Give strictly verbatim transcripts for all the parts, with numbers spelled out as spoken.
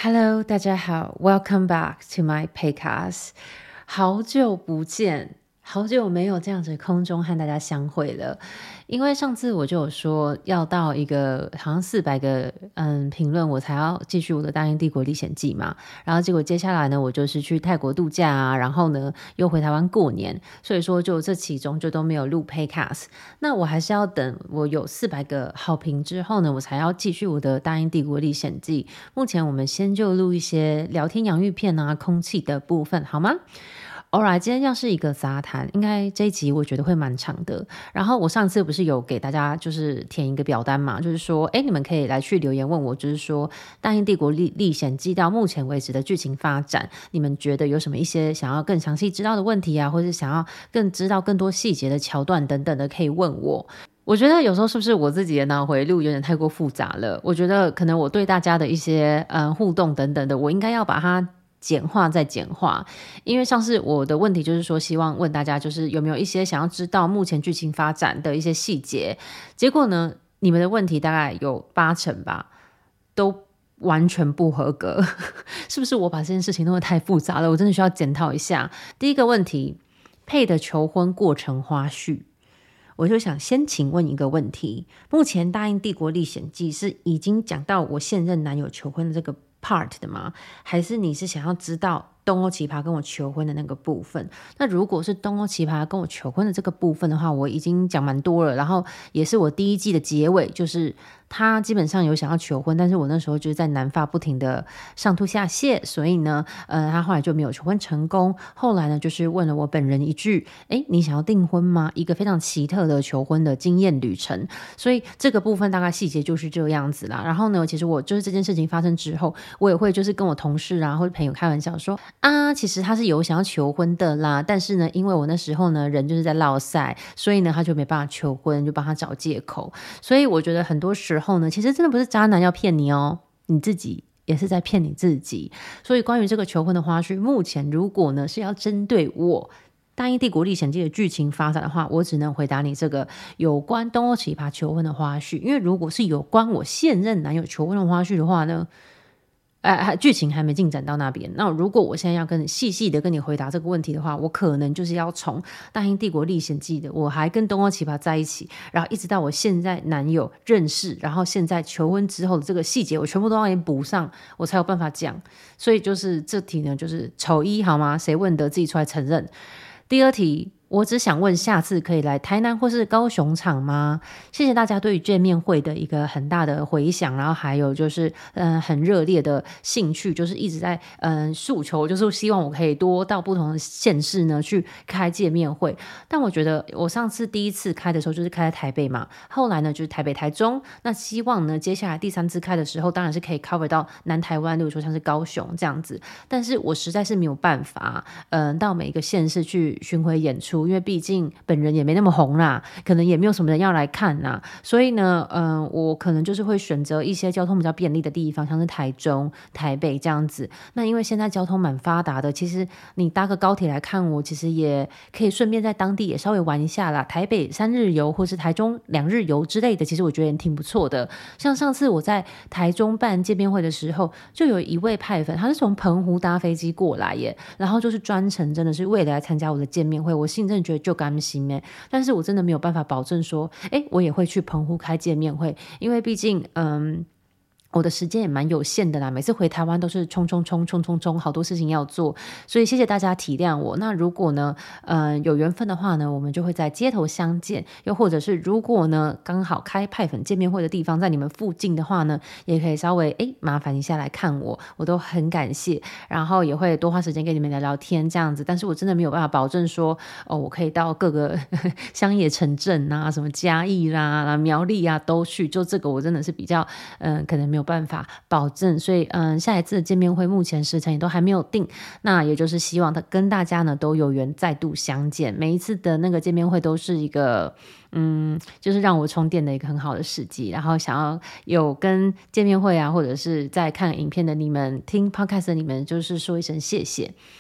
Hello，大家好，Welcome back to my podcast。好久不见，好久没有这样子空中和大家相会了。因为上次我就有说要到一个好像四百个嗯评论，我才要继续我的《大英帝国历险记》嘛。然后结果接下来呢，我就是去泰国度假啊，然后呢又回台湾过年，所以说就这其中就都没有录 podcast。那我还是要等我有四百个好评之后呢，我才要继续我的《大英帝国历险记》。目前我们先就录一些聊天洋芋片啊、空气的部分，好吗？Alright，今天要是一个杂谈，应该这一集我觉得会蛮长的。然后我上次不是有给大家就是填一个表单嘛，就是说，哎，你们可以来去留言问我，就是说《大英帝国历历险记》到目前为止的剧情发展，你们觉得有什么一些想要更详细知道的问题啊，或是想要更知道更多细节的桥段等等的，可以问我。我觉得有时候是不是我自己的脑回路有点太过复杂了？我觉得可能我对大家的一些嗯互动等等的，我应该要把它简化再简化。因为像是我的问题就是说希望问大家就是有没有一些想要知道目前剧情发展的一些细节，结果呢你们的问题大概有八成吧都完全不合格是不是我把这件事情弄得太复杂了？我真的需要检讨一下。第一个问题，配的求婚过程花絮，我就想先请问一个问题，目前《大英帝国历险记》是已经讲到我现任男友求婚的这个 part 的吗？还是你是想要知道东欧奇葩跟我求婚的那个部分？那如果是东欧奇葩跟我求婚的这个部分的话，我已经讲蛮多了，然后也是我第一季的结尾，就是他基本上有想要求婚，但是我那时候就是在南法不停的上吐下泻，所以呢呃，他后来就没有求婚成功。后来呢就是问了我本人一句，诶，你想要订婚吗？一个非常奇特的求婚的经验旅程。所以这个部分大概细节就是这样子啦。然后呢其实我就是这件事情发生之后，我也会就是跟我同事啊或者朋友开玩笑说啊，其实他是有想要求婚的啦，但是呢因为我那时候呢人就是在落赛，所以呢他就没办法求婚，就帮他找借口。所以我觉得很多时候呢其实真的不是渣男要骗你哦，你自己也是在骗你自己。所以关于这个求婚的花絮，目前如果呢是要针对我大英帝国历险记的剧情发展的话，我只能回答你这个有关东欧奇葩求婚的花絮。因为如果是有关我现任男友求婚的花絮的话呢，呃，剧情还没进展到那边。那如果我现在要跟你细细的跟你回答这个问题的话，我可能就是要从大英帝国历险记的我还跟东欧奇葩在一起，然后一直到我现在男友认识，然后现在求婚之后的这个细节，我全部都要给你补上，我才有办法讲。所以就是这题呢就是丑一好吗？谁问得自己出来承认。第二题，我只想问下次可以来台南或是高雄场吗？谢谢大家对于见面会的一个很大的回响，然后还有就是嗯、呃、很热烈的兴趣，就是一直在嗯、呃、诉求，就是希望我可以多到不同的县市呢去开见面会。但我觉得我上次第一次开的时候就是开在台北嘛，后来呢就是台北台中，那希望呢接下来第三次开的时候当然是可以 cover 到南台湾，例如说像是高雄这样子。但是我实在是没有办法嗯、呃、到每一个县市去巡回演出，因为毕竟本人也没那么红啦，可能也没有什么人要来看啦。所以呢嗯、呃，我可能就是会选择一些交通比较便利的地方，像是台中台北这样子。那因为现在交通蛮发达的，其实你搭个高铁来看我，其实也可以顺便在当地也稍微玩一下啦，台北三日游或是台中两日游之类的，其实我觉得也挺不错的。像上次我在台中办见面会的时候，就有一位派粉，他是从澎湖搭飞机过来耶，然后就是专程真的是为了来参加我的见面会，我心真的觉得就甘心耶。但是我真的没有办法保证说诶我也会去澎湖开见面会，因为毕竟嗯我的时间也蛮有限的啦，每次回台湾都是冲冲冲冲冲冲，好多事情要做，所以谢谢大家体谅我。那如果呢呃有缘分的话呢，我们就会在街头相见，又或者是如果呢刚好开派粉见面会的地方在你们附近的话呢，也可以稍微诶麻烦一下来看我，我都很感谢，然后也会多花时间跟你们聊聊天这样子。但是我真的没有办法保证说哦我可以到各个乡野城镇啊，什么嘉义啦苗栗啊都去，就这个我真的是比较嗯、呃、可能没有办法保证。所以嗯，下一次的见面会目前时程也都还没有定，那也就是希望跟大家呢都有缘再度相见。每一次的那个见面会都是一个嗯，就是让我充电的一个很好的时机，然后想要有跟见面会啊或者是在看影片的你们听 podcast 的你们就是说一声谢谢。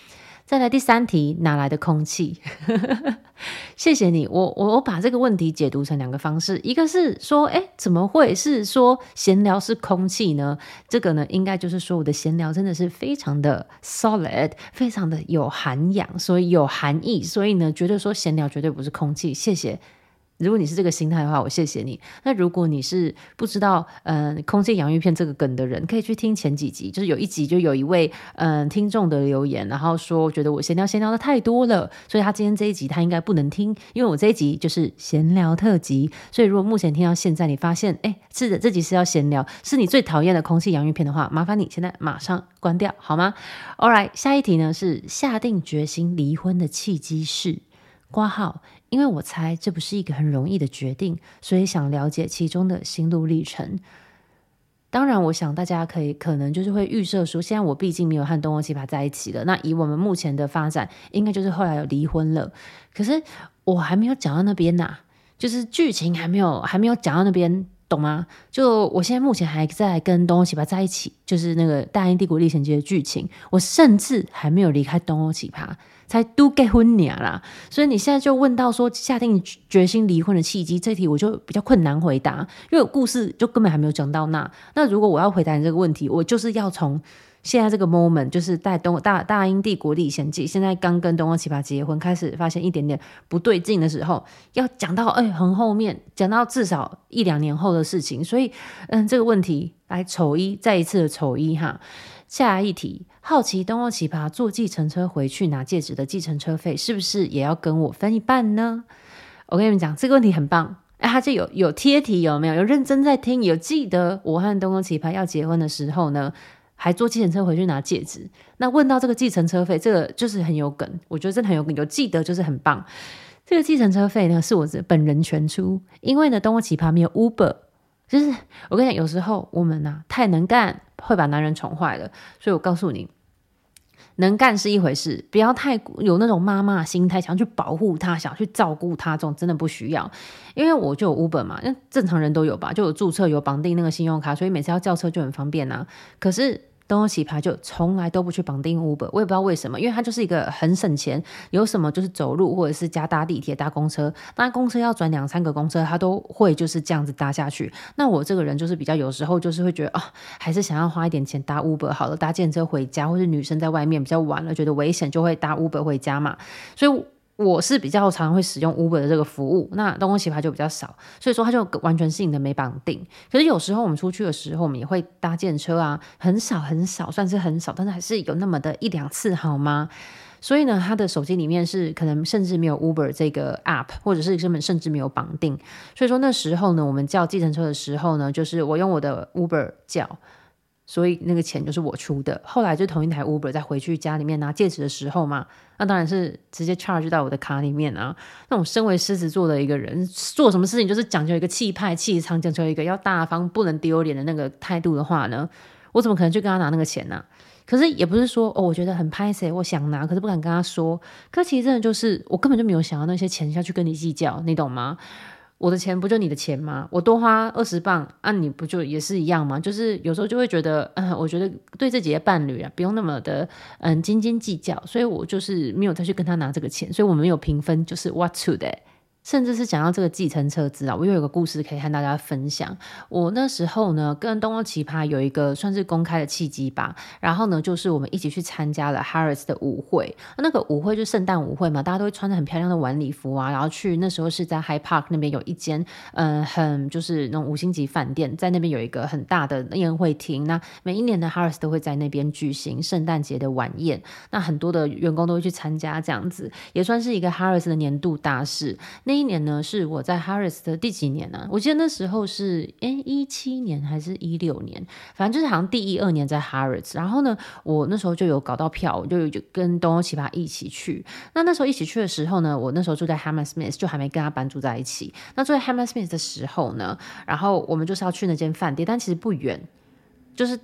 再来第三题，哪来的空气？谢谢你，我我我把这个问题解读成两个方式，一个是说，哎，怎么会是说闲聊是空气呢？这个呢，应该就是说我的闲聊真的是非常的 solid， 非常的有涵养，所以有含义，所以呢，觉得说闲聊绝对不是空气。谢谢。如果你是这个心态的话，我谢谢你。那如果你是不知道嗯、呃、空气洋芋片这个梗的人，可以去听前几集，就是有一集就有一位嗯、呃、听众的留言，然后说觉得我闲聊闲聊的太多了，所以他今天这一集他应该不能听，因为我这一集就是闲聊特辑。所以如果目前听到现在你发现哎是的这集是要闲聊，是你最讨厌的空气洋芋片的话，麻烦你现在马上关掉好吗？ Alright， 下一题呢是下定决心离婚的契机是括号，因为我猜这不是一个很容易的决定，所以想了解其中的心路历程。当然我想大家可以可能就是会预设说，现在我毕竟没有和东欧奇葩在一起了，那以我们目前的发展应该就是后来有离婚了，可是我还没有讲到那边呐、啊，就是剧情还没有还没有讲到那边，懂吗？就我现在目前还在跟东欧奇葩在一起，就是那个大英帝国历险记的剧情，我甚至还没有离开东欧奇葩，才都结婚年啦，所以你现在就问到说下定决心离婚的契机，这题我就比较困难回答，因为我故事就根本还没有讲到那。那如果我要回答你这个问题，我就是要从现在这个 moment， 就是在东大大英帝国历险记现在刚跟东欧奇葩结婚，开始发现一点点不对劲的时候，要讲到哎很后面，讲到至少一两年后的事情，所以嗯这个问题来丑一再一次的丑一哈。下一题，好奇东欧奇葩坐计程车回去拿戒指的计程车费是不是也要跟我分一半呢？我跟你们讲这个问题很棒，哎，他就有有贴题，有没有有认真在听，有记得我和东欧奇葩要结婚的时候呢还坐计程车回去拿戒指。那问到这个计程车费，这个就是很有梗，我觉得真的很有梗，有记得就是很棒。这个计程车费呢是我本人全出，因为呢东欧奇葩没有 Uber， 就是我跟你讲有时候我们啊太能干会把男人宠坏了，所以我告诉你，能干是一回事，不要太有那种妈妈心态，想要去保护他，想要去照顾他，这种真的不需要。因为我就有 Uber 嘛，因为正常人都有吧，就有注册有绑定那个信用卡，所以每次要叫车就很方便啊。可是东欧奇葩就从来都不去绑定 Uber， 我也不知道为什么，因为它就是一个很省钱，有什么就是走路或者是加搭地铁搭公车，那公车要转两三个公车他都会就是这样子搭下去。那我这个人就是比较有时候就是会觉得哦，还是想要花一点钱搭 Uber 好了，搭计程车回家，或是女生在外面比较晚了觉得危险就会搭 Uber 回家嘛，所以我是比较常会使用 Uber 的这个服务，那东欧奇葩就比较少，所以说它就完全是你的没绑定。可是有时候我们出去的时候，我们也会搭计程车啊，很少很少，算是很少，但是还是有那么的一两次，好吗？所以呢，他的手机里面是可能甚至没有 Uber 这个 app， 或者是根本甚至没有绑定。所以说那时候呢，我们叫计程车的时候呢，就是我用我的 Uber 叫。所以那个钱就是我出的，后来就同一台 Uber 再回去家里面拿戒指的时候嘛，那当然是直接 charge 到我的卡里面啊。那种身为狮子座的一个人，做什么事情就是讲究一个气派气场，讲究一个要大方不能丢脸的那个态度的话呢，我怎么可能去跟他拿那个钱呢、啊？可是也不是说哦，我觉得很拍谁，我想拿，可是不敢跟他说。可其实真的就是我根本就没有想要那些钱下去跟你计较，你懂吗？我的钱不就你的钱吗？我多花二十磅，啊，你不就也是一样吗？就是有时候就会觉得，嗯，我觉得对自己的伴侣啊，不用那么的嗯斤斤计较，所以我就是没有再去跟他拿这个钱，所以我们没有平分，就是 what to 的。甚至是讲到这个计程车资啊，我又有个故事可以和大家分享。我那时候呢，跟东欧奇葩有一个算是公开的契机吧。然后呢，就是我们一起去参加了 Harrods 的舞会。那个舞会就是圣诞舞会嘛，大家都会穿着很漂亮的晚礼服啊，然后去那时候是在 Hyde Park 那边有一间嗯很就是那种五星级饭店，在那边有一个很大的宴会厅。那每一年的 Harrods 都会在那边举行圣诞节的晚宴，那很多的员工都会去参加，这样子也算是一个 Harrods 的年度大事。那一年呢是我在 Harrods 的第几年呢、啊？我记得那时候是诶一七年还是一六年，反正就是好像第一二年在 Harrods。然后呢，我那时候就有搞到票，我就有就跟东欧奇葩一起去。那那时候一起去的时候呢，我那时候住在 Hammersmith， 就还没跟他搬住在一起。那住在 Hammersmith 的时候呢，然后我们就是要去那间饭店，但其实不远，就是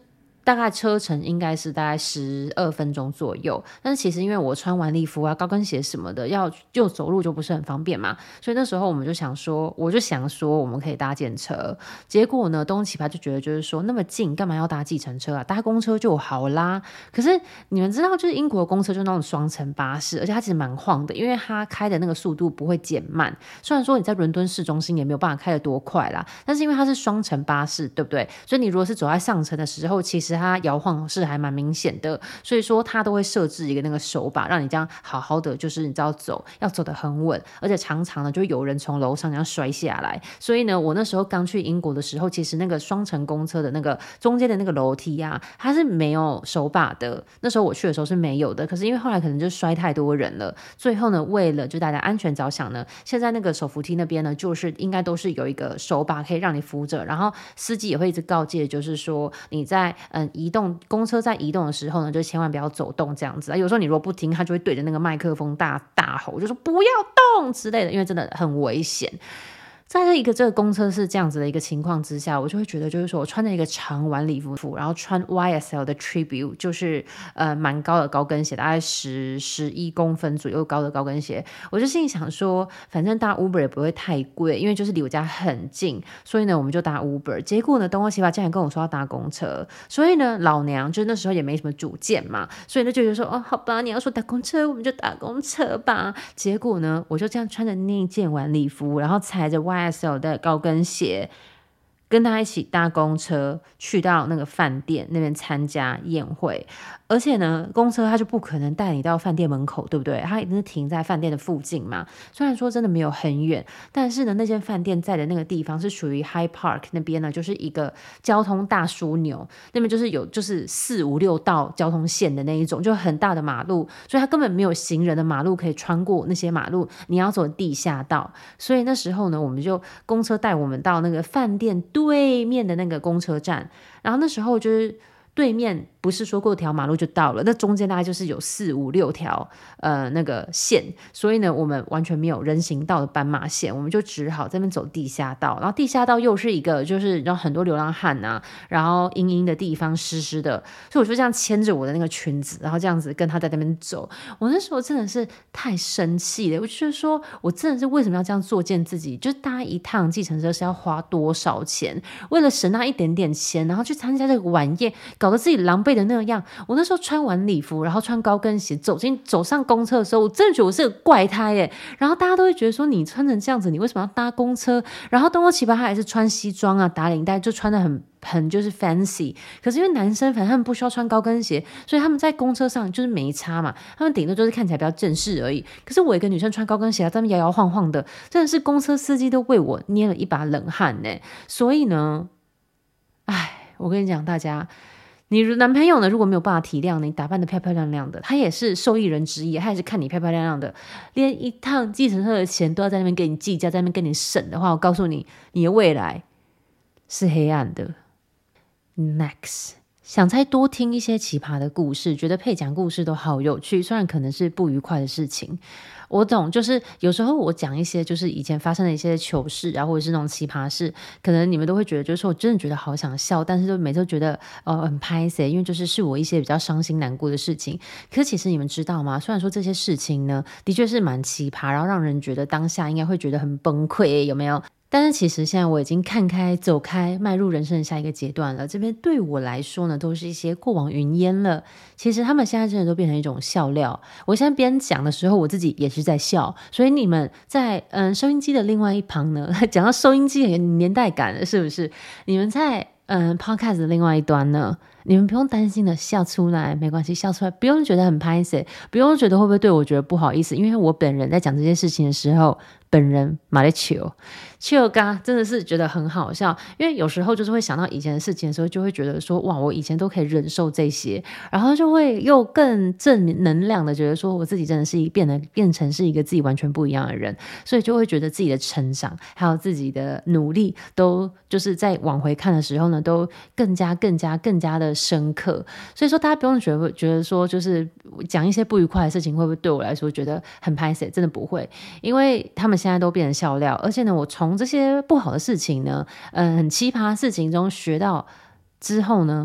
大概车程应该是大概十二分钟左右。但是其实因为我穿晚礼服啊、高跟鞋什么的，要就走路就不是很方便嘛，所以那时候我们就想说，我就想说我们可以搭电车。结果呢，东奇葩就觉得就是说那么近，干嘛要搭计程车啊？搭公车就好啦。可是你们知道，就是英国的公车就是那种双层巴士，而且它其实蛮晃的，因为它开的那个速度不会减慢。虽然说你在伦敦市中心也没有办法开得多快啦，但是因为它是双层巴士，对不对？所以你如果是走在上层的时候，其实它摇晃是还蛮明显的，所以说它都会设置一个那个手把，让你这样好好的，就是你知道走要走得很稳，而且常常呢就有人从楼上这样摔下来。所以呢，我那时候刚去英国的时候，其实那个双层公车的那个中间的那个楼梯啊，它是没有手把的。那时候我去的时候是没有的，可是因为后来可能就摔太多人了，最后呢，为了就大家安全着想呢，现在那个手扶梯那边呢，就是应该都是有一个手把可以让你扶着，然后司机也会一直告诫，就是说你在嗯移动公车在移动的时候呢，就千万不要走动这样子啊。有时候你如果不听，他就会对着那个麦克风大大吼，就说不要动之类的，因为真的很危险。在这一个这个公车是这样子的一个情况之下，我就会觉得就是说我穿着一个长晚礼服，然后穿 Y S L 的 Tribute， 就是呃蛮高的高跟鞋，大概十十一公分左右高的高跟鞋，我就心里想说，反正搭 Uber 也不会太贵，因为就是离我家很近，所以呢我们就搭 Uber。结果呢，东欧奇葩竟然跟我说要搭公车，所以呢老娘就那时候也没什么主见嘛，所以呢就觉得说哦好吧，你要说搭公车我们就搭公车吧。结果呢我就这样穿着那件晚礼服，然后踩着 Y S L 的高跟鞋，跟他一起搭公车去到那个饭店那边参加宴会。而且呢，公车它就不可能带你到饭店门口，对不对？它一定是停在饭店的附近嘛。虽然说真的没有很远，但是呢，那间饭店在的那个地方是属于 Hyde Park 那边呢，就是一个交通大枢纽，那边就是有就是四五六道交通线的那一种，就很大的马路，所以它根本没有行人的马路可以穿过那些马路，你要走地下道。所以那时候呢，我们就公车带我们到那个饭店对面的那个公车站，然后那时候就是对面不是说过条马路就到了，那中间大概就是有四五六条呃那个线，所以呢我们完全没有人行道的斑马线，我们就只好在那边走地下道，然后地下道又是一个就是让很多流浪汉啊，然后阴阴的地方湿湿的，所以我就这样牵着我的那个裙子，然后这样子跟他在那边走。我那时候真的是太生气了，我就觉得说我真的是为什么要这样作践自己，就是搭一趟计程车是要花多少钱，为了省那一点点钱，然后去参加这个晚宴，搞得自己狼狈的那样。我那时候穿晚礼服，然后穿高跟鞋走进走上公车的时候，我真的觉得我是个怪胎耶。然后大家都会觉得说你穿成这样子，你为什么要搭公车？然后东欧奇葩他还是穿西装啊，打领带，就穿得很很就是 fancy。可是因为男生反正他们不需要穿高跟鞋，所以他们在公车上就是没差嘛，他们顶多就是看起来比较正式而已。可是我一个女生穿高跟鞋在那边摇摇晃晃的，真的是公车司机都为我捏了一把冷汗呢。所以呢，哎，我跟你讲，大家。你男朋友呢，如果没有办法体谅你打扮得漂漂亮亮的，他也是受益人之一，他也是看你漂漂亮亮的，连一趟计程车的钱都要在那边跟你计较，在那边跟你省的话，我告诉你，你的未来是黑暗的。Next， 想再多听一些奇葩的故事，觉得配讲故事都好有趣，虽然可能是不愉快的事情。我懂，就是有时候我讲一些就是以前发生的一些糗事啊，或者是那种奇葩事，可能你们都会觉得就是说我真的觉得好想笑，但是就每次都觉得呃很拍谢，因为就是是我一些比较伤心难过的事情。可是其实你们知道吗？虽然说这些事情呢的确是蛮奇葩，然后让人觉得当下应该会觉得很崩溃，有没有？但是其实现在我已经看开走开，迈入人生的下一个阶段了，这边对我来说呢都是一些过往云烟了。其实他们现在真的都变成一种笑料，我现在边讲的时候我自己也是在笑，所以你们在嗯收音机的另外一旁呢，讲到收音机很有年代感了，是不是？你们在嗯 podcast 的另外一端呢，你们不用担心的笑出来，没关系，笑出来不用觉得很拍谢，不用觉得会不会对我觉得不好意思，因为我本人在讲这件事情的时候，本人马来球球嘎真的是觉得很好笑，因为有时候就是会想到以前的事情的时候，就会觉得说哇，我以前都可以忍受这些，然后就会又更正能量的觉得说我自己真的是变得变成是一个自己完全不一样的人，所以就会觉得自己的成长还有自己的努力都就是在往回看的时候呢，都更加更加更加的深刻。所以说大家不用觉得觉得说就是讲一些不愉快的事情会不会对我来说觉得很拍谢，真的不会，因为他们现在都变成笑料，而且呢我从这些不好的事情呢嗯、呃，很奇葩的事情中学到之后呢，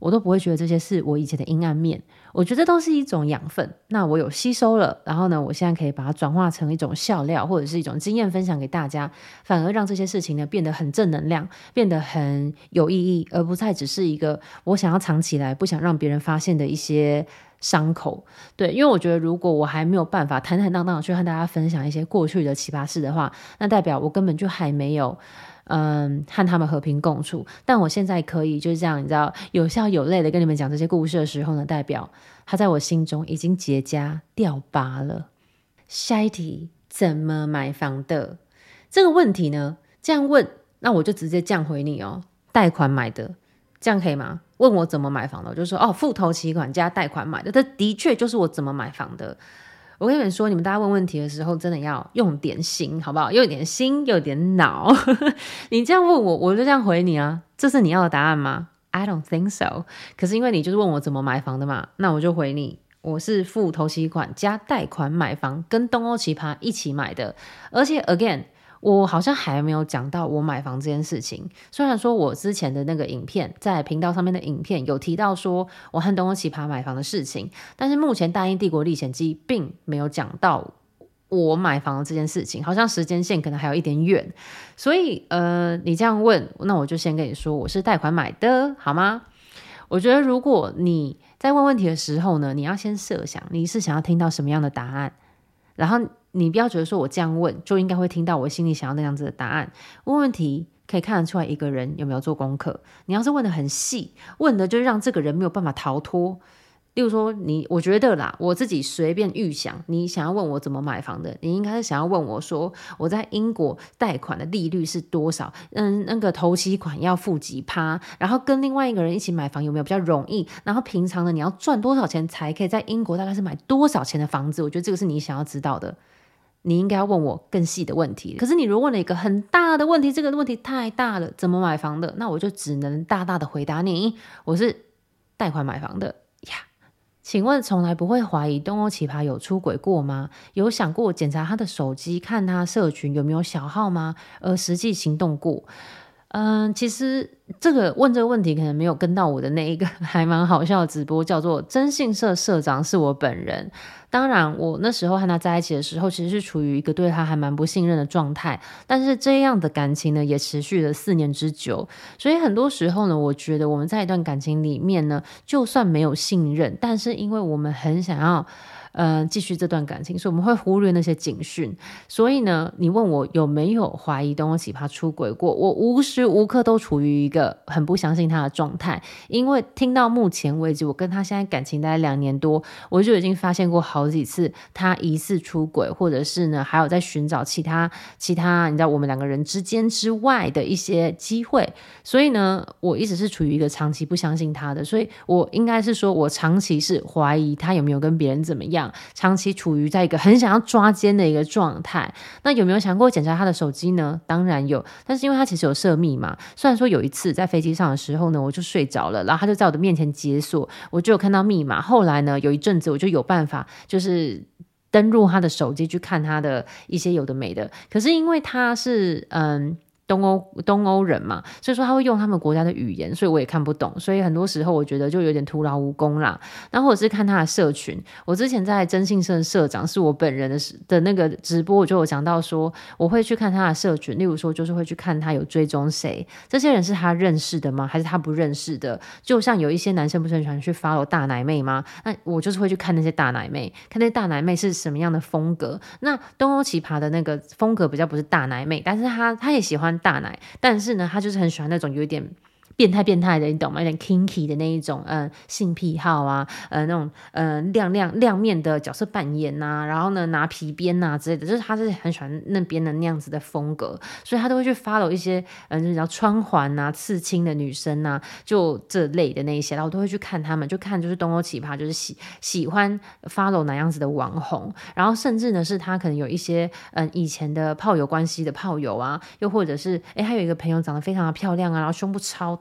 我都不会觉得这些是我以前的阴暗面，我觉得都是一种养分，那我有吸收了，然后呢我现在可以把它转化成一种笑料或者是一种经验分享给大家，反而让这些事情呢变得很正能量，变得很有意义，而不再只是一个我想要藏起来不想让别人发现的一些伤口。对，因为我觉得如果我还没有办法坦坦荡荡的去和大家分享一些过去的奇葩事的话，那代表我根本就还没有嗯，和他们和平共处。但我现在可以就是这样，你知道，有笑有泪的跟你们讲这些故事的时候呢，代表他在我心中已经结痂掉疤了。下一题，怎么买房的？这个问题呢，这样问，那我就直接这样回你哦，贷款买的，这样可以吗？问我怎么买房的，我就说哦，付头期款加贷款买的，这的确就是我怎么买房的。我跟你们说，你们大家问问题的时候真的要用点心，好不好？又有点心又有点脑你这样问我，我就这样回你啊，这是你要的答案吗？ I don't think so。 可是因为你就是问我怎么买房的嘛，那我就回你，我是付头期款加贷款买房，跟东欧奇葩一起买的。而且 again，我好像还没有讲到我买房这件事情，虽然说我之前的那个影片在频道上面的影片有提到说我和东欧奇葩买房的事情，但是目前大英帝国历险记并没有讲到我买房的这件事情，好像时间线可能还有一点远。所以呃，你这样问，那我就先跟你说我是贷款买的，好吗？我觉得如果你在问问题的时候呢，你要先设想你是想要听到什么样的答案，然后你不要觉得说我这样问就应该会听到我心里想要那样子的答案。问问题可以看得出来一个人有没有做功课，你要是问得很细，问的就让这个人没有办法逃脱。例如说你，我觉得啦，我自己随便预想，你想要问我怎么买房的，你应该是想要问我说我在英国贷款的利率是多少，嗯，那个头期款要付几趴，然后跟另外一个人一起买房有没有比较容易，然后平常呢你要赚多少钱才可以在英国大概是买多少钱的房子，我觉得这个是你想要知道的。你应该要问我更细的问题，可是你如果问了一个很大的问题，这个问题太大了，怎么买房的，那我就只能大大的回答你，我是贷款买房的呀。请问从来不会怀疑东欧奇葩有出轨过吗？有想过检查他的手机，看他社群有没有小号吗？而实际行动过？嗯，其实这个问这个问题可能没有跟到我的那一个还蛮好笑的直播，叫做征信社社长是我本人。当然我那时候和他在一起的时候其实是处于一个对他还蛮不信任的状态，但是这样的感情呢也持续了四年之久。所以很多时候呢，我觉得我们在一段感情里面呢，就算没有信任，但是因为我们很想要呃，继续这段感情，所以我们会忽略那些警讯。所以呢，你问我有没有怀疑东欧奇葩出轨过，我无时无刻都处于一个很不相信他的状态。因为听到目前为止，我跟他现在感情大概两年多，我就已经发现过好几次他疑似出轨，或者是呢还有在寻找其他其他你知道我们两个人之间之外的一些机会。所以呢，我一直是处于一个长期不相信他的，所以我应该是说我长期是怀疑他有没有跟别人怎么样，长期处于在一个很想要抓奸的一个状态。那有没有想过检查他的手机呢？当然有，但是因为他其实有设密码，虽然说有一次在飞机上的时候呢，我就睡着了，然后他就在我的面前解锁，我就有看到密码。后来呢，有一阵子我就有办法就是登入他的手机去看他的一些有的没的。可是因为他是嗯东欧东欧人嘛，所以说他会用他们国家的语言，所以我也看不懂，所以很多时候我觉得就有点徒劳无功啦。然后或者是看他的社群，我之前在征信社社长是我本人的的那个直播，我就有讲到说我会去看他的社群，例如说就是会去看他有追踪谁，这些人是他认识的吗？还是他不认识的？就像有一些男生不是很喜欢去 follow 大奶妹吗？那我就是会去看那些大奶妹，看那些大奶妹是什么样的风格。那东欧奇葩的那个风格比较不是大奶妹，但是他他也喜欢大奶，但是呢他就是很喜欢那种有一点变态变态的，你懂吗？有点 kinky 的那一种呃性癖好啊，呃那种呃亮亮亮面的角色扮演啊，然后呢拿皮鞭啊之类的，就是他是很喜欢那边的那样子的风格，所以他都会去 follow 一些呃就是叫穿环啊刺青的女生啊，就这类的那一些，然后我都会去看他们，就看就是东欧奇葩就是喜喜欢 follow 哪样子的网红，然后甚至呢是他可能有一些嗯、呃、以前的炮友关系的炮友啊，又或者是哎还有一个朋友长得非常的漂亮啊，然后胸部超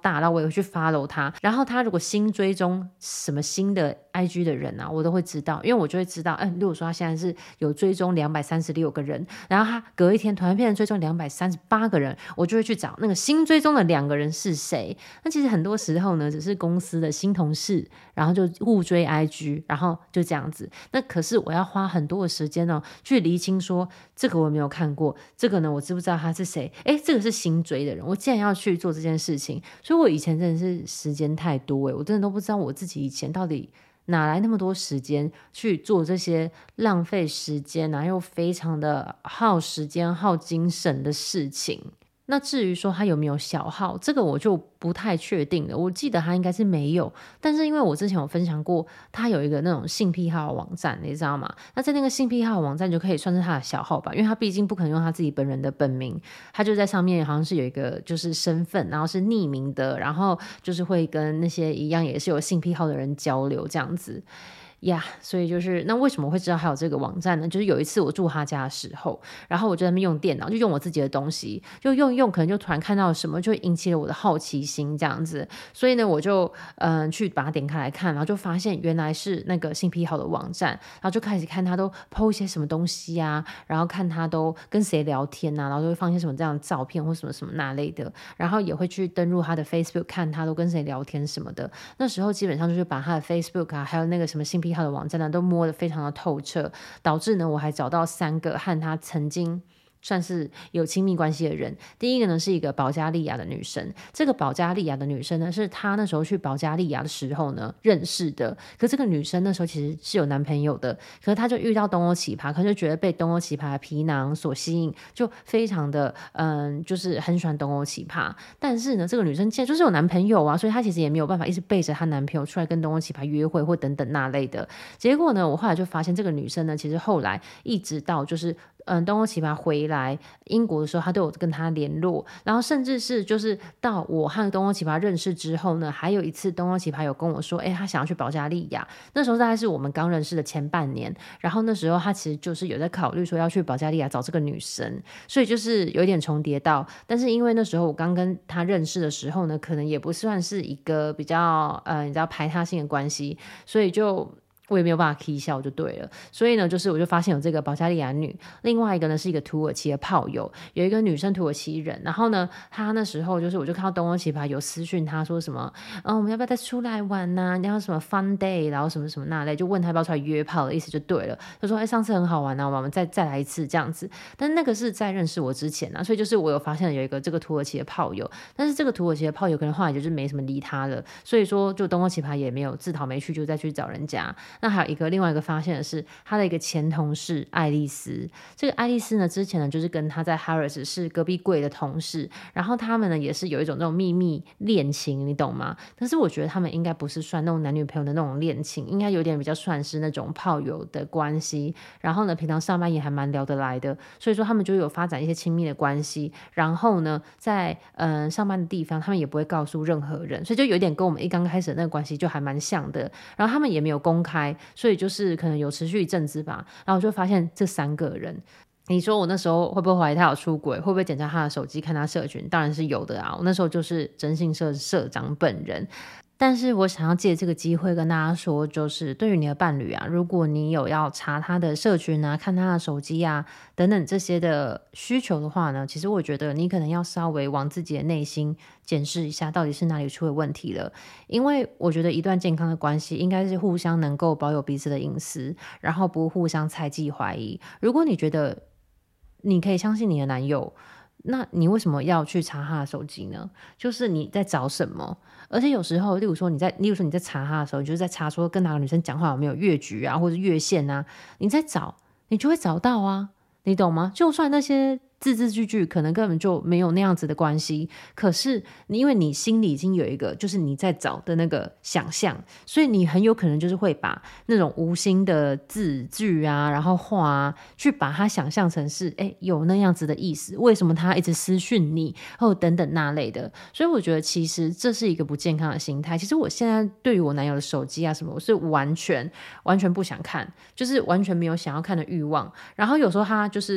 大，然后我也会去 follow 他，然后他如果新追踪什么新的 I G 的人啊，我都会知道，因为我就会知道，嗯，如果说他现在是有追踪两百三十六个人，然后他隔一天突然变成追踪两百三十八个人，我就会去找那个新追踪的两个人是谁。那其实很多时候呢，只是公司的新同事，然后就互追 I G， 然后就这样子。那可是我要花很多的时间呢、哦，去厘清说这个我没有看过，这个呢我知不知道他是谁？哎，这个是新追的人，我竟然要去做这件事情，所以我以前真的是时间太多哎，我真的都不知道我自己以前到底哪来那么多时间去做这些浪费时间，然后又非常的耗时间耗精神的事情。那至于说他有没有小号，这个我就不太确定了，我记得他应该是没有，但是因为我之前有分享过他有一个那种性癖好的网站，你知道吗？那在那个性癖好的网站就可以算是他的小号吧，因为他毕竟不可能用他自己本人的本名，他就在上面好像是有一个就是身份，然后是匿名的，然后就是会跟那些一样也是有性癖好的人交流这样子呀、yeah, 所以就是那为什么会知道还有这个网站呢？就是有一次我住他家的时候，然后我就在那边用电脑，就用我自己的东西，就用一用，可能就突然看到什么，就引起了我的好奇心这样子。所以呢，我就嗯、呃、去把它点开来看，然后就发现原来是那个性癖好的网站，然后就开始看他都 po 一些什么东西啊，然后看他都跟谁聊天啊，然后就会放一些什么这样的照片或什么什么那类的，然后也会去登入他的 Facebook 看他都跟谁聊天什么的。那时候基本上就是把他的 Facebook 啊，还有那个什么性癖好的网站呢，都摸得非常的透彻，导致呢我还找到三个和他曾经算是有亲密关系的人。第一个呢是一个保加利亚的女生，这个保加利亚的女生呢是她那时候去保加利亚的时候呢认识的，可这个女生那时候其实是有男朋友的，可是她就遇到东欧奇葩，可是就觉得被东欧奇葩的皮囊所吸引，就非常的嗯，就是很喜欢东欧奇葩。但是呢这个女生现在就是有男朋友啊，所以她其实也没有办法一直背着她男朋友出来跟东欧奇葩约会或等等那类的。结果呢我后来就发现这个女生呢其实后来一直到就是嗯，东欧奇葩回来英国的时候，他都有跟他联络，然后甚至是就是到我和东欧奇葩认识之后呢，还有一次东欧奇葩有跟我说，哎，他想要去保加利亚，那时候大概是我们刚认识的前半年，然后那时候他其实就是有在考虑说要去保加利亚找这个女生，所以就是有一点重叠到，但是因为那时候我刚跟他认识的时候呢，可能也不算是一个比较呃，你知道排他性的关系，所以就我也没有办法 key 笑就对了。所以呢就是我就发现有这个保加利亚女，另外一个呢是一个土耳其的炮友，有一个女生土耳其人，然后呢她那时候就是我就看到东欧奇葩有私讯她说什么嗯，我们要不要再出来玩啊，然后什么 fun day 然后什么什么那类，就问她要不要出来约炮的意思就对了。她说哎，上次很好玩啊，我们再再来一次这样子。但是那个是在认识我之前啊，所以就是我有发现有一个这个土耳其的炮友，但是这个土耳其的炮友可能后来就是没什么理他了，所以说就东欧奇葩也没有自讨没趣就再去找人家。那还有一个另外一个发现的是他的一个前同事爱丽丝，这个爱丽丝呢之前呢就是跟他在 Harrods 是隔壁柜的同事，然后他们呢也是有一种那种秘密恋情你懂吗？但是我觉得他们应该不是算那种男女朋友的那种恋情，应该有点比较算是那种炮友的关系，然后呢平常上班也还蛮聊得来的，所以说他们就有发展一些亲密的关系，然后呢在嗯、呃、上班的地方他们也不会告诉任何人，所以就有点跟我们一刚开始的那个关系就还蛮像的，然后他们也没有公开，所以就是可能有持续一阵子吧，然后我就发现这三个人，你说我那时候会不会怀疑他有出轨，会不会检查他的手机看他社群，当然是有的啊，我那时候就是征信社社长本人。但是我想要借这个机会跟大家说，就是对于你的伴侣啊，如果你有要查他的社群啊，看他的手机啊等等这些的需求的话呢，其实我觉得你可能要稍微往自己的内心检视一下到底是哪里出了问题了。因为我觉得一段健康的关系应该是互相能够保有彼此的隐私，然后不互相猜忌怀疑。如果你觉得你可以相信你的男友，那你为什么要去查他的手机呢？就是你在找什么？而且有时候例如说你在例如说你在查他的时候，你就是在查说跟哪个女生讲话有没有越矩啊或者越线啊，你在找你就会找到啊，你懂吗？就算那些字字句句可能根本就没有那样子的关系，可是你因为你心里已经有一个就是你在找的那个想象，所以你很有可能就是会把那种无心的字句啊然后话啊去把它想象成是哎有那样子的意思，为什么他一直私讯你或等等那类的。所以我觉得其实这是一个不健康的心态。其实我现在对于我男友的手机啊什么，我是完全完全不想看，就是完全没有想要看的欲望。然后有时候他就是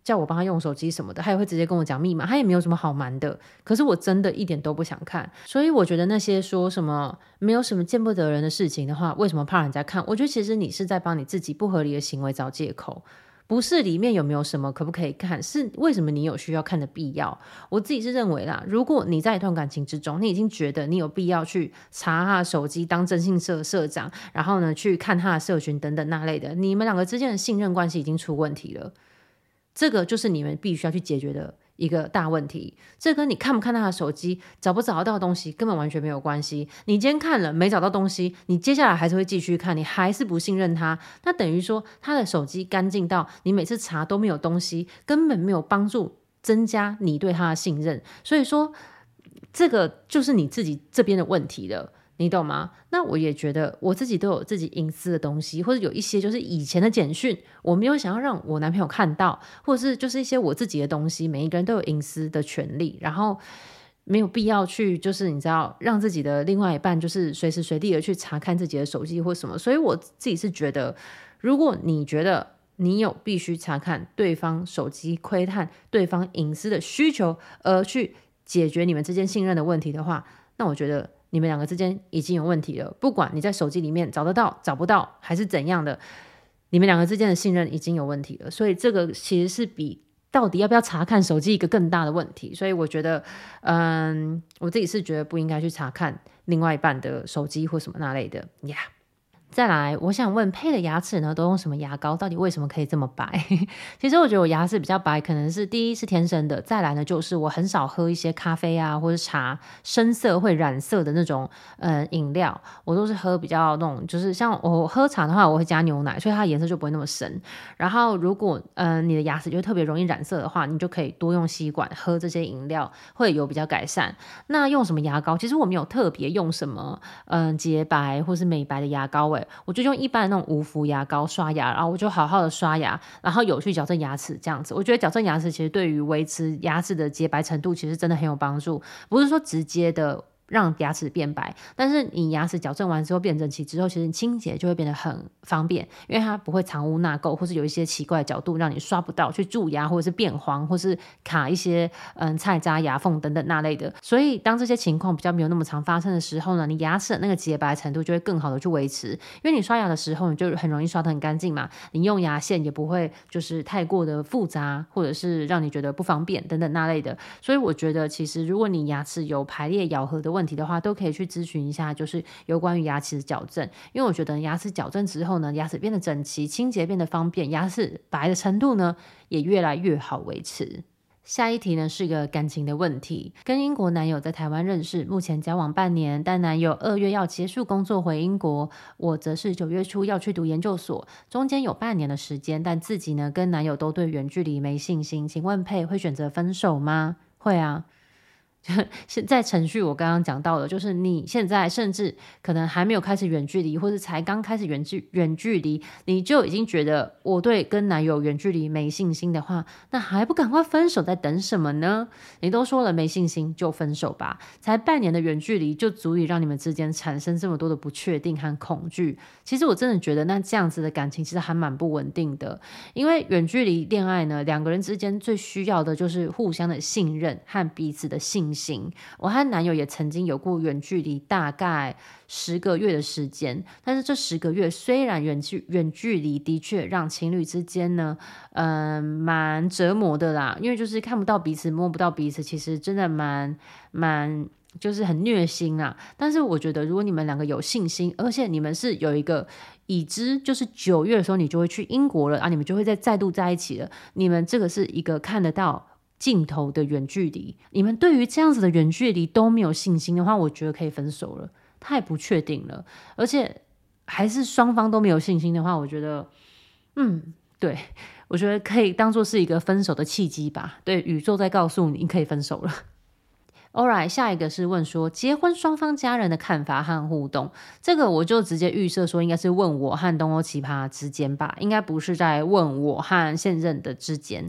叫我帮他用手机什么的，他也会直接跟我讲密码，他也没有什么好瞒的。可是我真的一点都不想看，所以我觉得那些说什么没有什么见不得人的事情的话，为什么怕人家看？我觉得其实你是在帮你自己不合理的行为找借口。不是里面有没有什么可不可以看，是为什么你有需要看的必要。我自己是认为啦，如果你在一段感情之中，你已经觉得你有必要去查他的手机当征信社社长，然后呢去看他的社群等等那类的，你们两个之间的信任关系已经出问题了，这个就是你们必须要去解决的一个大问题。这跟你看不看他的手机，找不找得到东西根本完全没有关系。你今天看了没找到东西，你接下来还是会继续看，你还是不信任他，那等于说他的手机干净到你每次查都没有东西，根本没有帮助增加你对他的信任。所以说这个就是你自己这边的问题了，你懂吗？那我也觉得我自己都有自己隐私的东西，或者有一些就是以前的简讯我没有想要让我男朋友看到，或者是就是一些我自己的东西，每一个人都有隐私的权利，然后没有必要去就是你知道让自己的另外一半就是随时随地的去查看自己的手机或什么。所以我自己是觉得，如果你觉得你有必须查看对方手机窥探对方隐私的需求而去解决你们之间信任的问题的话，那我觉得你们两个之间已经有问题了。不管你在手机里面找得到找不到还是怎样的，你们两个之间的信任已经有问题了。所以这个其实是比到底要不要查看手机一个更大的问题。所以我觉得嗯，我自己是觉得不应该去查看另外一半的手机或什么那类的呀、yeah。再来我想问，配的牙齿呢都用什么牙膏，到底为什么可以这么白？其实我觉得我牙齿比较白可能是第一是天生的，再来呢就是我很少喝一些咖啡啊或者茶深色会染色的那种呃饮料，我都是喝比较那种就是像我喝茶的话我会加牛奶，所以它的颜色就不会那么深。然后如果呃你的牙齿就特别容易染色的话，你就可以多用吸管喝这些饮料，会有比较改善。那用什么牙膏，其实我没有特别用什么嗯洁白或是美白的牙膏耶，我就用一般的那种无氟牙膏刷牙，然后我就好好的刷牙，然后有去矫正牙齿这样子。我觉得矫正牙齿其实对于维持牙齿的洁白程度其实真的很有帮助，不是说直接的让牙齿变白，但是你牙齿矫正完之后变整齐之后，其实你清洁就会变得很方便，因为它不会藏污纳垢，或是有一些奇怪的角度让你刷不到，去蛀牙或者是变黄，或是卡一些嗯菜渣牙缝等等那类的。所以当这些情况比较没有那么常发生的时候呢，你牙齿的那个洁白程度就会更好的去维持，因为你刷牙的时候你就很容易刷得很干净嘛，你用牙线也不会就是太过的复杂，或者是让你觉得不方便等等那类的。所以我觉得其实如果你牙齿有排列咬合的问题的话，都可以去咨询一下就是有关于牙齿的矫正。因为我觉得牙齿矫正之后呢，牙齿变得整齐，清洁变得方便，牙齿白的程度呢也越来越好维持。下一题呢是一个感情的问题，跟英国男友在台湾认识，目前交往半年，但男友二月要结束工作回英国，我则是九月初要去读研究所，中间有半年的时间，但自己呢跟男友都对远距离没信心，请问佩会选择分手吗？会啊。现在程序我刚刚讲到的，就是你现在甚至可能还没有开始远距离，或是才刚开始远距远距离，你就已经觉得我对跟男友远距离没信心的话，那还不赶快分手，在等什么呢？你都说了没信心就分手吧，才半年的远距离就足以让你们之间产生这么多的不确定和恐惧。其实我真的觉得那这样子的感情其实还蛮不稳定的，因为远距离恋爱呢，两个人之间最需要的就是互相的信任和彼此的信心。我和男友也曾经有过远距离大概十个月的时间，但是这十个月虽然远距远距离的确让情侣之间呢嗯，蛮折磨的啦，因为就是看不到彼此摸不到彼此，其实真的蛮蛮就是很虐心啦。但是我觉得如果你们两个有信心，而且你们是有一个已知就是九月的时候你就会去英国了啊，你们就会再再度在一起了，你们这个是一个看得到尽头的远距离，你们对于这样子的远距离都没有信心的话，我觉得可以分手了，太不确定了。而且还是双方都没有信心的话，我觉得嗯，对，我觉得可以当作是一个分手的契机吧，对，宇宙在告诉你你可以分手了。Alright， 下一个是问说结婚双方家人的看法和互动，这个我就直接预设说应该是问我和东欧奇葩之间吧，应该不是在问我和现任的之间。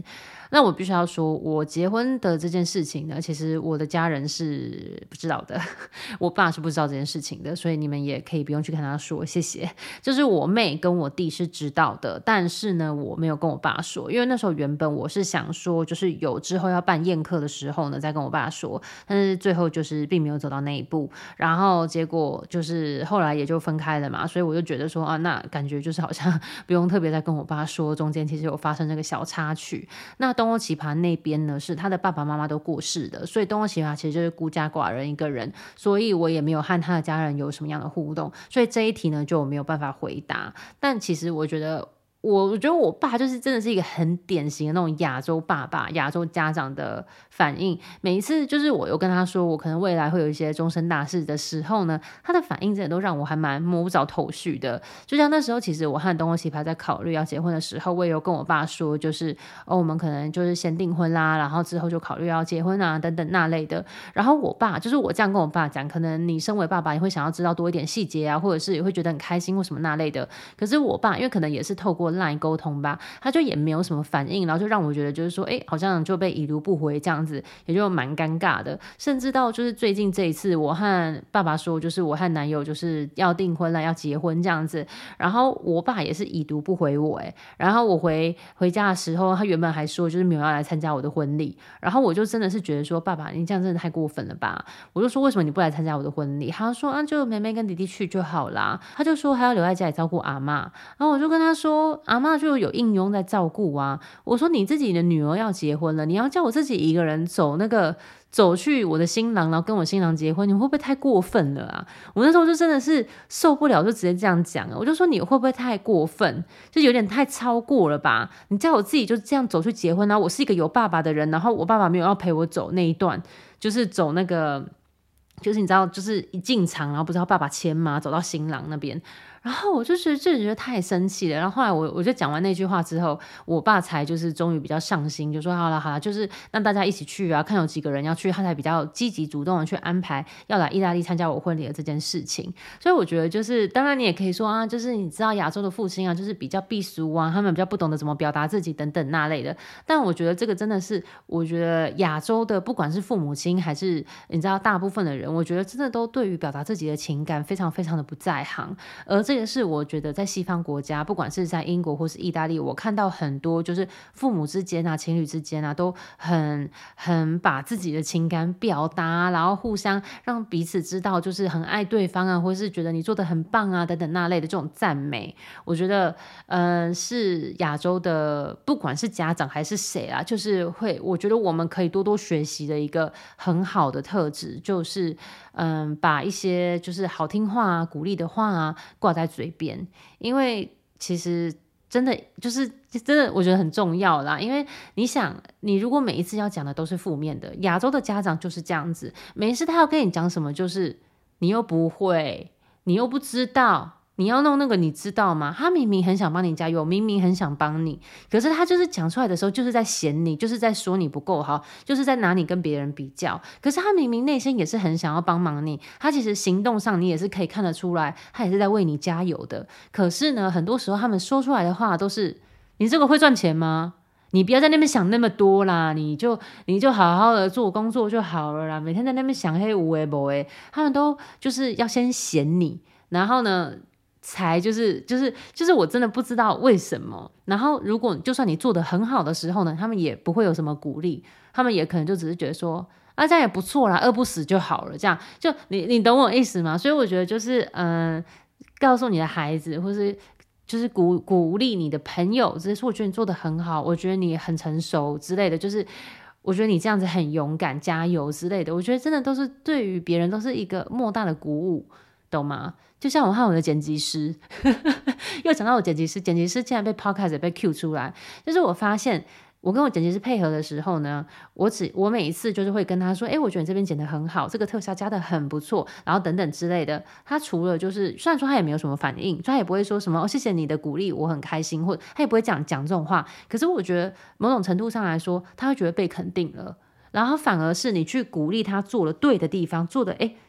那我必须要说，我结婚的这件事情呢，其实我的家人是不知道的，我爸是不知道这件事情的，所以你们也可以不用去跟他说，谢谢。就是我妹跟我弟是知道的，但是呢，我没有跟我爸说，因为那时候原本我是想说，就是有之后要办宴客的时候呢，再跟我爸说，但是最后就是并没有走到那一步，然后结果就是后来也就分开了嘛，所以我就觉得说啊，那感觉就是好像不用特别再跟我爸说，中间其实有发生这个小插曲。那东欧奇葩那边呢，是他的爸爸妈妈都过世的，所以东欧奇葩其实就是孤家寡人一个人，所以我也没有和他的家人有什么样的互动，所以这一题呢就没有办法回答。但其实我觉得我我觉得我爸就是真的是一个很典型的那种亚洲爸爸、亚洲家长的反应。每一次就是我有跟他说我可能未来会有一些终身大事的时候呢，他的反应真的都让我还蛮摸不着头绪的。就像那时候其实我和东欧奇葩在考虑要结婚的时候，我也有跟我爸说，就是哦我们可能就是先订婚啦，然后之后就考虑要结婚啊等等那类的。然后我爸就是我这样跟我爸讲，可能你身为爸爸也会想要知道多一点细节啊，或者是也会觉得很开心或什么那类的。可是我爸因为可能也是透过 LINE 沟通吧，他就也没有什么反应，然后就让我觉得就是说，哎，好像就被已读不回这样子，也就蛮尴尬的。甚至到就是最近这一次，我和爸爸说，就是我和男友就是要订婚了，要结婚这样子，然后我爸也是已读不回我，哎，然后我回回家的时候，他原本还说就是没有要来参加我的婚礼，然后我就真的是觉得说，爸爸你这样真的太过分了吧？我就说为什么你不来参加我的婚礼？他说啊，就妹妹跟弟弟去就好啦。他就说还要留在家里照顾阿嬷，然后我就跟他说，阿嬷就有应佣在照顾啊。我说你自己的女儿要结婚了，你要叫我自己一个人走那个走去我的新郎，然后跟我新郎结婚，你会不会太过分了啊？我那时候就真的是受不了，就直接这样讲了。我就说你会不会太过分，就有点太超过了吧？你叫我自己就这样走去结婚，然后我是一个有爸爸的人，然后我爸爸没有要陪我走那一段，就是走那个。就是你知道，就是一进场，然后不是要爸爸牵吗？走到新郎那边，然后我就觉得就觉得太生气了。然后后来我我就讲完那句话之后，我爸才就是终于比较上心，就说好了好了，就是让大家一起去啊，看有几个人要去，他才比较积极主动的去安排要来意大利参加我婚礼的这件事情。所以我觉得就是，当然你也可以说啊，就是你知道亚洲的父亲啊，就是比较避俗啊，他们比较不懂得怎么表达自己等等那类的。但我觉得这个真的是，我觉得亚洲的不管是父母亲还是你知道大部分的人。我觉得真的都对于表达自己的情感非常非常的不在行，而这个是我觉得在西方国家，不管是在英国或是意大利，我看到很多就是父母之间啊、情侣之间啊，都很很把自己的情感表达，然后互相让彼此知道，就是很爱对方啊，或是觉得你做得很棒啊等等那类的这种赞美。我觉得，嗯、呃，是亚洲的，不管是家长还是谁啊，就是会，我觉得我们可以多多学习的一个很好的特质，就是。嗯，把一些就是好听话啊、鼓励的话啊挂在嘴边，因为其实真的就是真的，我觉得很重要啦。因为你想，你如果每一次要讲的都是负面的，亚洲的家长就是这样子，每一次他要跟你讲什么，就是你又不会，你又不知道。你要弄那个，你知道吗？他明明很想帮你加油，明明很想帮你，可是他就是讲出来的时候，就是在嫌你，就是在说你不够好，就是在拿你跟别人比较。可是他明明内心也是很想要帮忙你，他其实行动上你也是可以看得出来，他也是在为你加油的。可是呢，很多时候他们说出来的话都是：你这个会赚钱吗？你不要在那边想那么多啦，你就你就好好的做工作就好了啦。每天在那边想黑无为不为，他们都就是要先嫌你，然后呢？才就是就是就是我真的不知道为什么。然后如果就算你做得很好的时候呢，他们也不会有什么鼓励，他们也可能就只是觉得说啊这样也不错啦，饿不死就好了，这样就你你懂我意思吗？所以我觉得就是嗯、呃，告诉你的孩子，或是就是鼓鼓励你的朋友，只是说我觉得你做得很好，我觉得你很成熟之类的，就是我觉得你这样子很勇敢，加油之类的，我觉得真的都是对于别人都是一个莫大的鼓舞，懂吗？就像我和我的剪辑师又讲到我剪辑师，剪辑师竟然被 podcast 被 cue 出来，就是我发现我跟我剪辑师配合的时候呢，我只我每一次就是会跟他说，哎，我觉得你这边剪得很好，这个特效加得很不错，然后等等之类的。他除了就是虽然说他也没有什么反应，他也不会说什么、哦、谢谢你的鼓励，我很开心，或他也不会讲讲这种话。可是我觉得某种程度上来说，他会觉得被肯定了。然后反而是你去鼓励他做了对的地方，做的哎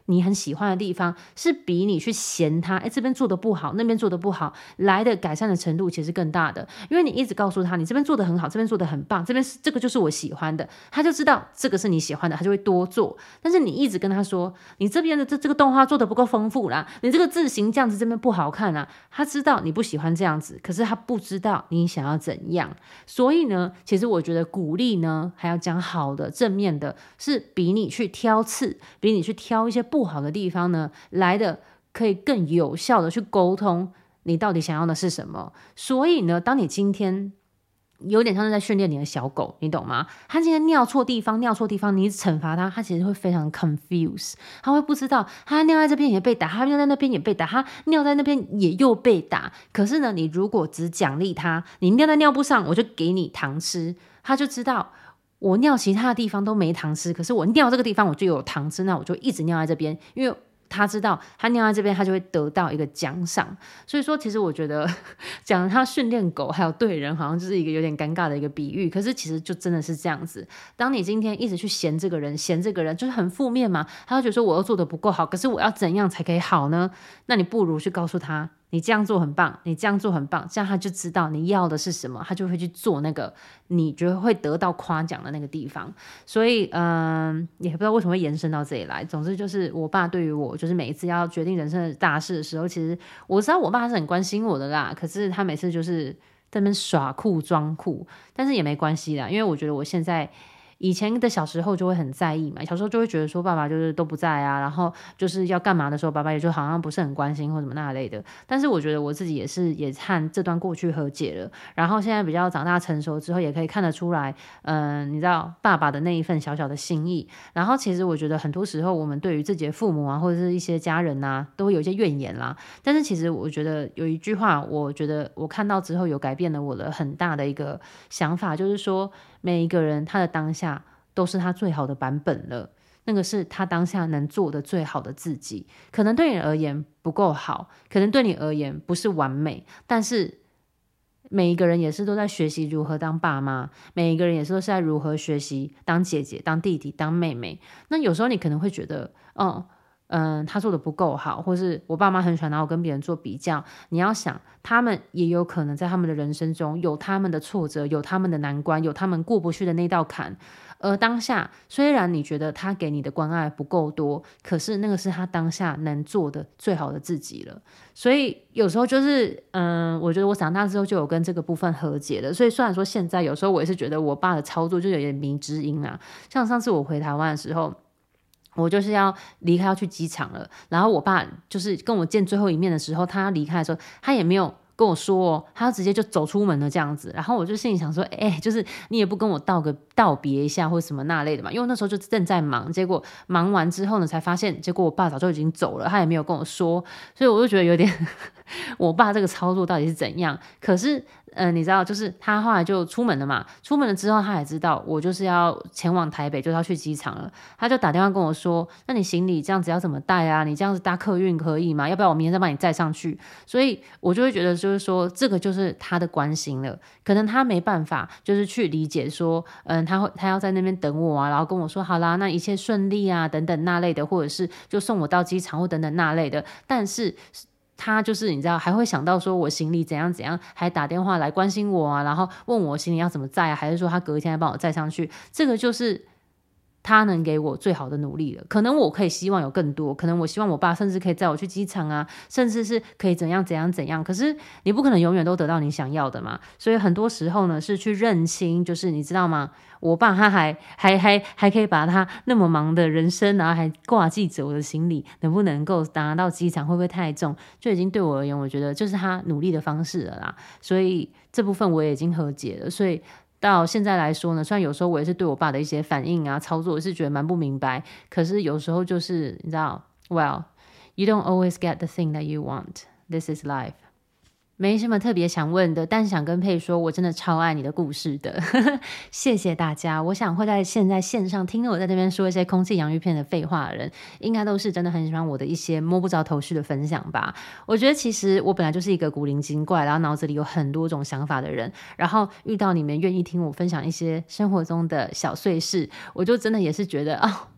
你很喜欢的地方，是比你去嫌他哎这边做的不好那边做的不好来的改善的程度其实更大的。因为你一直告诉他你这边做的很好，这边做的很棒，这边这个就是我喜欢的，他就知道这个是你喜欢的，他就会多做。但是你一直跟他说你这边的这这个动画做的不够丰富啦，你这个字形这样子这边不好看啦，他知道你不喜欢这样子，可是他不知道你想要怎样。所以呢其实我觉得鼓励呢还要讲好的正面的，是比你去挑刺，比你去挑一些不好的地方呢来的可以更有效的去沟通你到底想要的是什么。所以呢当你今天有点像是在训练你的小狗，你懂吗？他今天尿错地方尿错地方，你惩罚他，他其实会非常 confused， 他会不知道他尿在这边也被打，他尿在那边也被打，他尿在那边也又被打。可是呢你如果只奖励他，你尿在尿布上我就给你糖吃，他就知道我尿其他的地方都没糖吃，可是我尿这个地方我就有糖吃，那我就一直尿在这边，因为他知道他尿在这边他就会得到一个奖赏。所以说其实我觉得讲他训练狗还有对人好像就是一个有点尴尬的一个比喻，可是其实就真的是这样子。当你今天一直去嫌这个人嫌这个人就是很负面嘛，他会觉得说我又做得不够好，可是我要怎样才可以好呢？那你不如去告诉他你这样做很棒，你这样做很棒，这样他就知道你要的是什么，他就会去做那个你觉得会得到夸奖的那个地方。所以嗯，也不知道为什么会延伸到这里来。总之就是我爸对于我就是每一次要决定人生的大事的时候，其实我知道我爸是很关心我的啦，可是他每次就是在那边耍酷装酷，但是也没关系啦，因为我觉得我现在以前的小时候就会很在意嘛，小时候就会觉得说爸爸就是都不在啊，然后就是要干嘛的时候爸爸也就好像不是很关心或什么那类的。但是我觉得我自己也是也和这段过去和解了，然后现在比较长大成熟之后也可以看得出来嗯、呃，你知道爸爸的那一份小小的心意。然后其实我觉得很多时候我们对于自己的父母啊或者是一些家人啊都会有一些怨言啦，但是其实我觉得有一句话我觉得我看到之后有改变了我的很大的一个想法，就是说每一个人他的当下都是他最好的版本了，那个是他当下能做的最好的自己。可能对你而言不够好，可能对你而言不是完美，但是每一个人也是都在学习如何当爸妈，每一个人也是都是在如何学习当姐姐当弟弟当妹妹。那有时候你可能会觉得嗯嗯，他做的不够好，或是我爸妈很喜欢拿我跟别人做比较。你要想他们也有可能在他们的人生中有他们的挫折，有他们的难关，有他们过不去的那道坎。而当下虽然你觉得他给你的关爱不够多，可是那个是他当下能做的最好的自己了。所以有时候就是嗯，我觉得我长大之后就有跟这个部分和解了。所以虽然说现在有时候我也是觉得我爸的操作就有点迷之音啊，像上次我回台湾的时候我就是要离开要去机场了，然后我爸就是跟我见最后一面的时候，他要离开的时候他也没有跟我说哦，他直接就走出门了这样子。然后我就心里想说哎、欸，就是你也不跟我道个道别一下或什么那类的嘛，因为那时候就正在忙，结果忙完之后呢才发现结果我爸早就已经走了，他也没有跟我说。所以我就觉得有点我爸这个操作到底是怎样。可是呃，你知道就是他后来就出门了嘛，出门了之后他也知道我就是要前往台北，就是要去机场了，他就打电话跟我说那你行李这样子要怎么带啊，你这样子搭客运可以吗？要不要我明天再帮你载上去？所以我就会觉得就是说这个就是他的关心了，可能他没办法就是去理解说嗯，他会他要在那边等我啊，然后跟我说好啦那一切顺利啊等等那类的，或者是就送我到机场或等等那类的。但是他就是你知道还会想到说我行李怎样怎样，还打电话来关心我啊，然后问我行李要怎么载啊，还是说他隔一天来帮我载上去。这个就是他能给我最好的努力了。可能我可以希望有更多，可能我希望我爸甚至可以载我去机场啊，甚至是可以怎样怎样怎样，可是你不可能永远都得到你想要的嘛。所以很多时候呢是去认清，就是你知道吗，我爸他还还还还可以把他那么忙的人生，然后还挂记着我的行李能不能够拿到机场，会不会太重，就已经对我而言我觉得就是他努力的方式了啦。所以这部分我也已经和解了。所以到现在来说呢，虽然有时候我也是对我爸的一些反应啊操作我是觉得蛮不明白，可是有时候就是你知道 Well you don't always get the thing that you want. This is life. 没什么特别想问的，但想跟佩说我真的超爱你的故事的谢谢大家。我想会在现在线上听我在这边说一些空气洋芋片的废话的人，应该都是真的很喜欢我的一些摸不着头绪的分享吧。我觉得其实我本来就是一个古灵精怪，然后脑子里有很多种想法的人，然后遇到你们愿意听我分享一些生活中的小碎事，我就真的也是觉得哦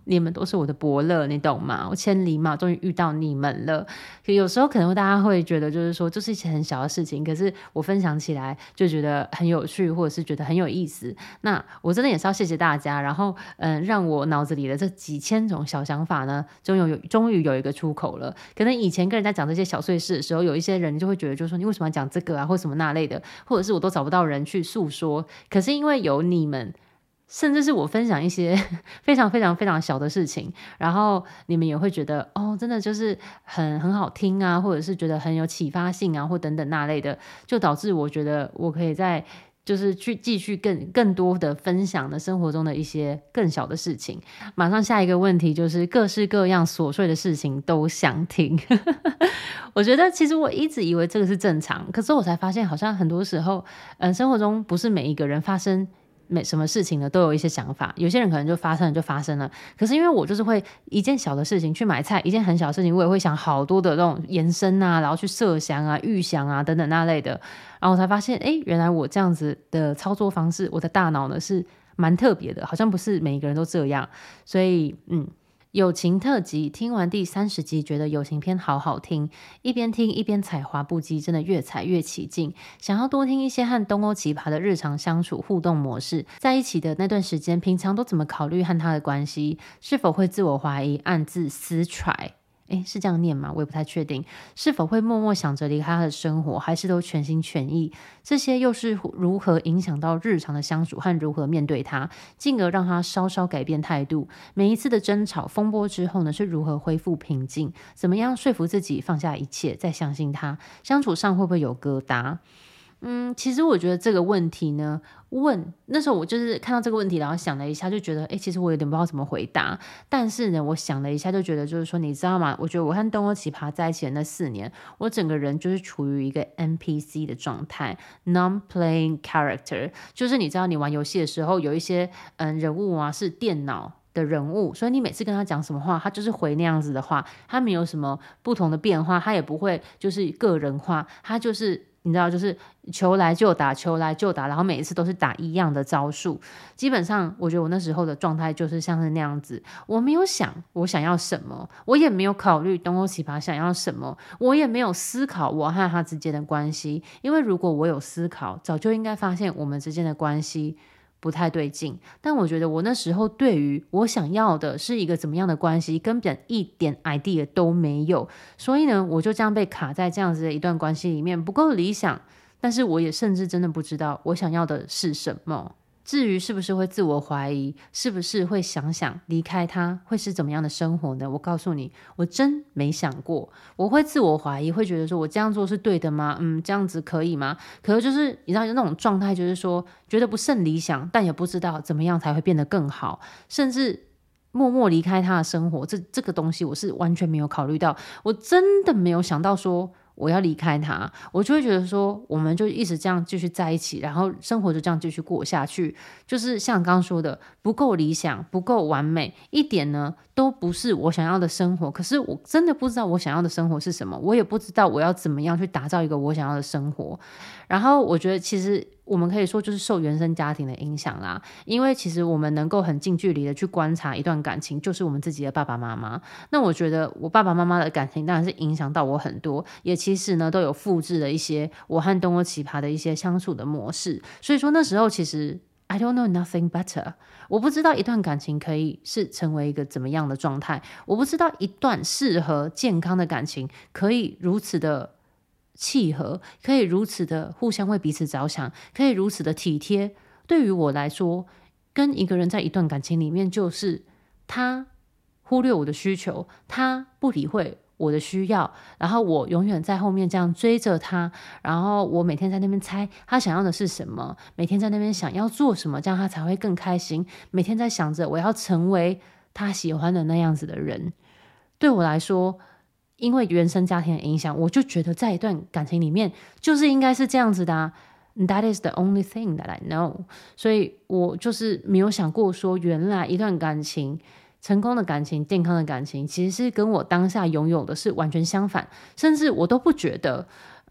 你们都是我的伯乐，你懂吗？我千里马终于遇到你们了。有时候可能大家会觉得就是说这是一些很小的事情，可是我分享起来就觉得很有趣，或者是觉得很有意思。那我真的也是要谢谢大家，然后嗯，让我脑子里的这几千种小想法呢，终于有终于有一个出口了。可能以前跟人家讲这些小碎事的时候，有一些人就会觉得就是说你为什么要讲这个啊，或什么那类的，或者是我都找不到人去诉说。可是因为有你们，甚至是我分享一些非常非常非常小的事情，然后你们也会觉得哦，真的就是很很好听啊，或者是觉得很有启发性啊，或等等那类的，就导致我觉得我可以在就是去继续更更多的分享的生活中的一些更小的事情。马上下一个问题就是各式各样琐碎的事情都想听我觉得其实我一直以为这个是正常，可是我才发现好像很多时候嗯，生活中不是每一个人发生每什么事情呢都有一些想法，有些人可能就发生了就发生了，可是因为我就是会一件小的事情去买菜，一件很小的事情我也会想好多的那种延伸啊，然后去设想啊预想啊等等那类的，然后我才发现诶，原来我这样子的操作方式，我的大脑呢是蛮特别的，好像不是每一个人都这样。所以嗯，友情特辑听完第三十集，觉得友情篇好好听，一边听一边踩滑步机，真的越踩越起劲。想要多听一些和东欧奇葩的日常相处互动模式，在一起的那段时间，平常都怎么考虑和他的关系？是否会自我怀疑，暗自私揣？诶，是这样念吗？我也不太确定。是否会默默想着离开他的生活，还是都全心全意？这些又是如何影响到日常的相处和如何面对他，进而让他稍稍改变态度？每一次的争吵风波之后呢，是如何恢复平静？怎么样说服自己放下一切，再相信他？相处上会不会有疙瘩？嗯，其实我觉得这个问题呢，问那时候我就是看到这个问题，然后想了一下，就觉得，哎，其实我有点不知道怎么回答。但是呢，我想了一下，就觉得就是说，你知道吗？我觉得我和东欧奇葩在一起的那四年，我整个人就是处于一个 N P C 的状态 ，non-playing character， 就是你知道，你玩游戏的时候，有一些嗯人物啊是电脑的人物，所以你每次跟他讲什么话，他就是回那样子的话，他没有什么不同的变化，他也不会就是个人化，他就是你知道，就是球来就打，球来就打，然后每一次都是打一样的招数。基本上，我觉得我那时候的状态就是像是那样子，我没有想我想要什么，我也没有考虑东欧奇葩想要什么，我也没有思考我和他之间的关系，因为如果我有思考，早就应该发现我们之间的关系不太对劲。但我觉得我那时候对于我想要的是一个怎么样的关系，根本一点 idea 都没有，所以呢，我就这样被卡在这样子的一段关系里面，不够理想，但是我也甚至真的不知道我想要的是什么。至于是不是会自我怀疑，是不是会想想离开他会是怎么样的生活呢？我告诉你，我真没想过。我会自我怀疑，会觉得说我这样做是对的吗？嗯，这样子可以吗？可是就是你知道那种状态，就是说觉得不甚理想，但也不知道怎么样才会变得更好，甚至默默离开他的生活，这这个东西我是完全没有考虑到，我真的没有想到说我要离开他，我就会觉得说我们就一直这样继续在一起，然后生活就这样继续过下去，就是像刚刚说的不够理想，不够完美，一点呢都不是我想要的生活。可是我真的不知道我想要的生活是什么，我也不知道我要怎么样去打造一个我想要的生活。然后我觉得其实我们可以说就是受原生家庭的影响啦，因为其实我们能够很近距离的去观察一段感情，就是我们自己的爸爸妈妈。那我觉得我爸爸妈妈的感情当然是影响到我很多，也其实呢都有复制了一些我和东欧奇葩的一些相处的模式。所以说那时候其实 I don't know nothing better， 我不知道一段感情可以是成为一个怎么样的状态，我不知道一段适合健康的感情可以如此的契合，可以如此的互相为彼此着想，可以如此的体贴。对于我来说，跟一个人在一段感情里面，就是他忽略我的需求，他不理会我的需要，然后我永远在后面这样追着他，然后我每天在那边猜他想要的是什么，每天在那边想要做什么，这样他才会更开心，每天在想着我要成为他喜欢的那样子的人。对我来说，因为原生家庭的影响，我就觉得在一段感情里面就是应该是这样子的啊， That is the only thing that I know。 所以我就是没有想过说原来一段感情，成功的感情，健康的感情，其实是跟我当下拥有的是完全相反，甚至我都不觉得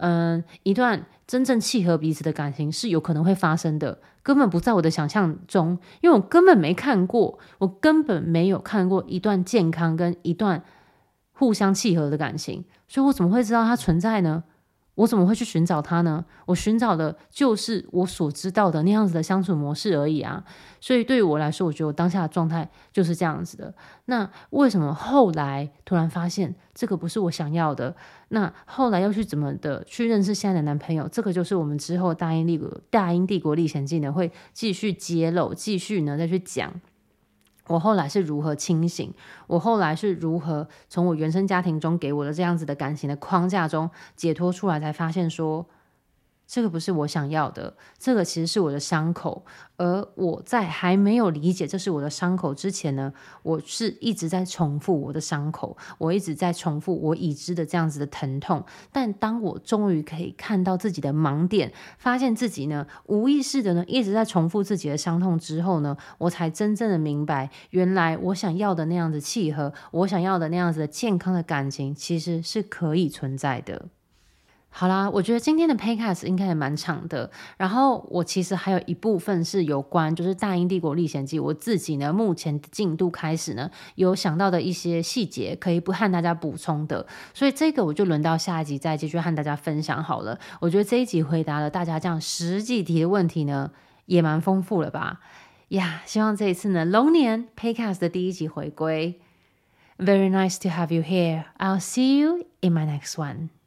嗯，一段真正契合彼此的感情是有可能会发生的，根本不在我的想象中，因为我根本没看过，我根本没有看过一段健康跟一段互相契合的感情，所以我怎么会知道它存在呢？我怎么会去寻找它呢？我寻找的就是我所知道的那样子的相处模式而已啊。所以对于我来说，我觉得我当下的状态就是这样子的。那为什么后来突然发现这个不是我想要的？那后来要去怎么的去认识现在的男朋友？这个就是我们之后大英帝国大英帝国历险记呢会继续揭露，继续呢再去讲。我后来是如何清醒，我后来是如何从我原生家庭中给我的这样子的感情的框架中解脱出来，才发现说这个不是我想要的，这个其实是我的伤口。而我在还没有理解这是我的伤口之前呢，我是一直在重复我的伤口，我一直在重复我已知的这样子的疼痛。但当我终于可以看到自己的盲点，发现自己呢无意识的呢一直在重复自己的伤痛之后呢，我才真正的明白，原来我想要的那样子契合，我想要的那样子的健康的感情，其实是可以存在的。好啦，我觉得今天的 podcast 应该也蛮长的，然后我其实还有一部分是有关就是大英帝国历险记，我自己呢目前的进度开始呢有想到的一些细节可以不和大家补充的，所以这个我就轮到下一集再继续和大家分享好了。我觉得这一集回答了大家这样十几题的问题呢也蛮丰富了吧呀， yeah, 希望这一次呢龙年 podcast 的第一集回归。Very nice to have you here. I'll see you in my next one.